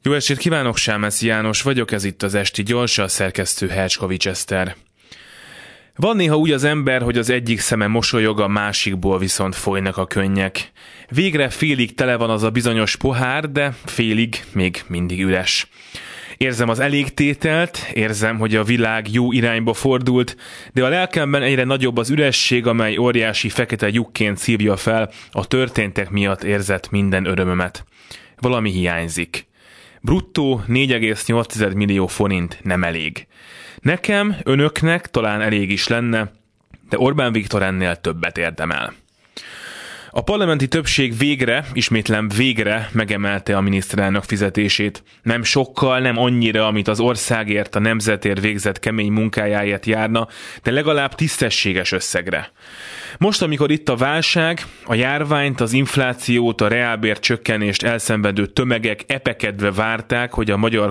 Jó estét kívánok, Sámeszi János vagyok, ez itt az Esti Gyors, a szerkesztő Hercskovics Eszter. Van néha úgy az ember, hogy az egyik szeme mosolyog, a másikból viszont folynak a könnyek. Végre félig tele van az a bizonyos pohár, de félig még mindig üres. Érzem az elégtételt, érzem, hogy a világ jó irányba fordult, de a lelkemben egyre nagyobb az üresség, amely óriási fekete lyukként szívja fel a történtek miatt érzett minden örömömet. Valami hiányzik. Bruttó 4,8 millió forint nem elég. Nekem, önöknek talán elég is lenne, de Orbán Viktor ennél többet érdemel. A parlamenti többség végre, ismétlem végre megemelte a miniszterelnök fizetését. Nem sokkal, nem annyira, amit az országért, a nemzetért végzett kemény munkájáért járna, de legalább tisztességes összegre. Most, amikor itt a válság, a járványt, az inflációt, a reálbér csökkenést elszenvedő tömegek epekedve várták, hogy a magyar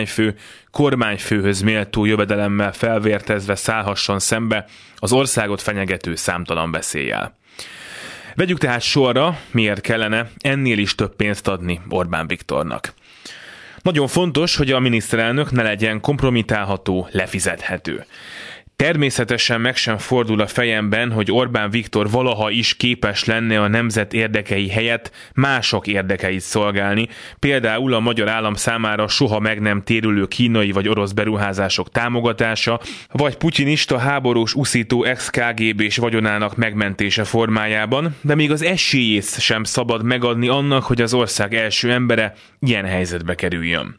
kormányfőhöz méltó jövedelemmel felvértezve szállhasson szembe az országot fenyegető számtalan veszéllyel. Vegyük tehát sorra, miért kellene ennél is több pénzt adni Orbán Viktornak. Nagyon fontos, hogy a miniszterelnök ne legyen kompromitálható, lefizethető. Természetesen meg sem fordul a fejemben, hogy Orbán Viktor valaha is képes lenne a nemzet érdekei helyett mások érdekeit szolgálni, például a magyar állam számára soha meg nem térülő kínai vagy orosz beruházások támogatása, vagy putyinista háborús uszító ex-KGB-s vagyonának megmentése formájában, de még az esélyét sem szabad megadni annak, hogy az ország első embere ilyen helyzetbe kerüljön.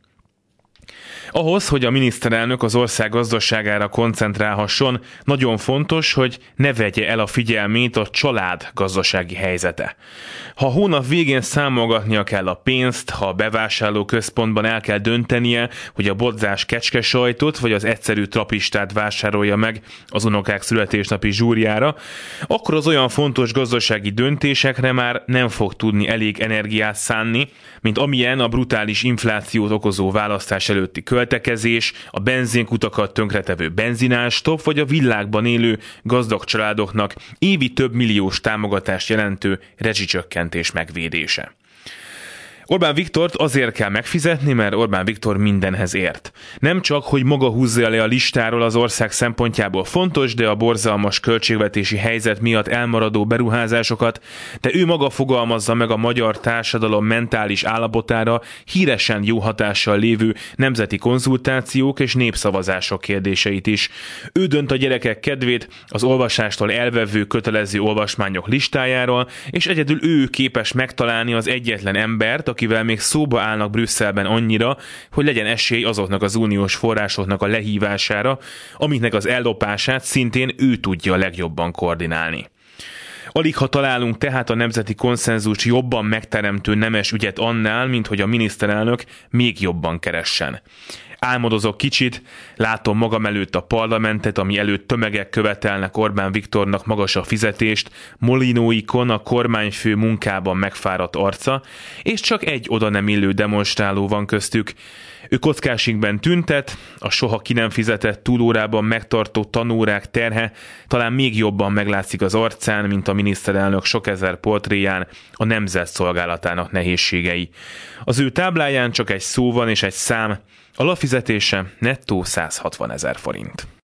Ahhoz, hogy a miniszterelnök az ország gazdaságára koncentrálhasson, nagyon fontos, hogy ne vegye el a figyelmét a család gazdasági helyzete. Ha a hónap végén számolgatnia kell a pénzt, ha a bevásárlóközpontban el kell döntenie, hogy a bodzás kecskesajtot vagy az egyszerű trapistát vásárolja meg az unokák születésnapi zsúrjára, akkor az olyan fontos gazdasági döntésekre már nem fog tudni elég energiát szánni, mint amilyen a brutális inflációt okozó választás előtti költekezés, a benzinkutakat tönkretevő benzinástop, vagy a világban élő gazdag családoknak évi több milliós támogatást jelentő rezsicsökkentés megvédése. Orbán Viktort azért kell megfizetni, mert Orbán Viktor mindenhez ért. Nem csak, hogy maga húzza le a listáról az ország szempontjából fontos, de a borzalmas költségvetési helyzet miatt elmaradó beruházásokat, de ő maga fogalmazza meg a magyar társadalom mentális állapotára híresen jó hatással lévő nemzeti konzultációk és népszavazások kérdéseit is. Ő dönt a gyerekek kedvét az olvasástól elvevő kötelező olvasmányok listájáról, és egyedül ő képes megtalálni az egyetlen embert, akivel még szóba állnak Brüsszelben annyira, hogy legyen esély azoknak az uniós forrásoknak a lehívására, amiknek az ellopását szintén ő tudja a legjobban koordinálni. Aligha találunk tehát a nemzeti konszenzus jobban megteremtő nemes ügyet annál, mint hogy a miniszterelnök még jobban keressen. Álmodozok kicsit, látom magam előtt a parlamentet, ami előtt tömegek követelnek Orbán Viktornak magasabb fizetést, Molinóikon a kormányfő munkában megfáradt arca, és csak egy oda nem illő demonstráló van köztük. Ő kockásikben tüntet, a soha ki nem fizetett túlórában megtartó tanórák terhe talán még jobban meglátszik az arcán, mint a miniszterelnök sok ezer portréján a nemzet szolgálatának nehézségei. Az ő tábláján csak egy szó van és egy szám, alapfizetése nettó 160 000 forint.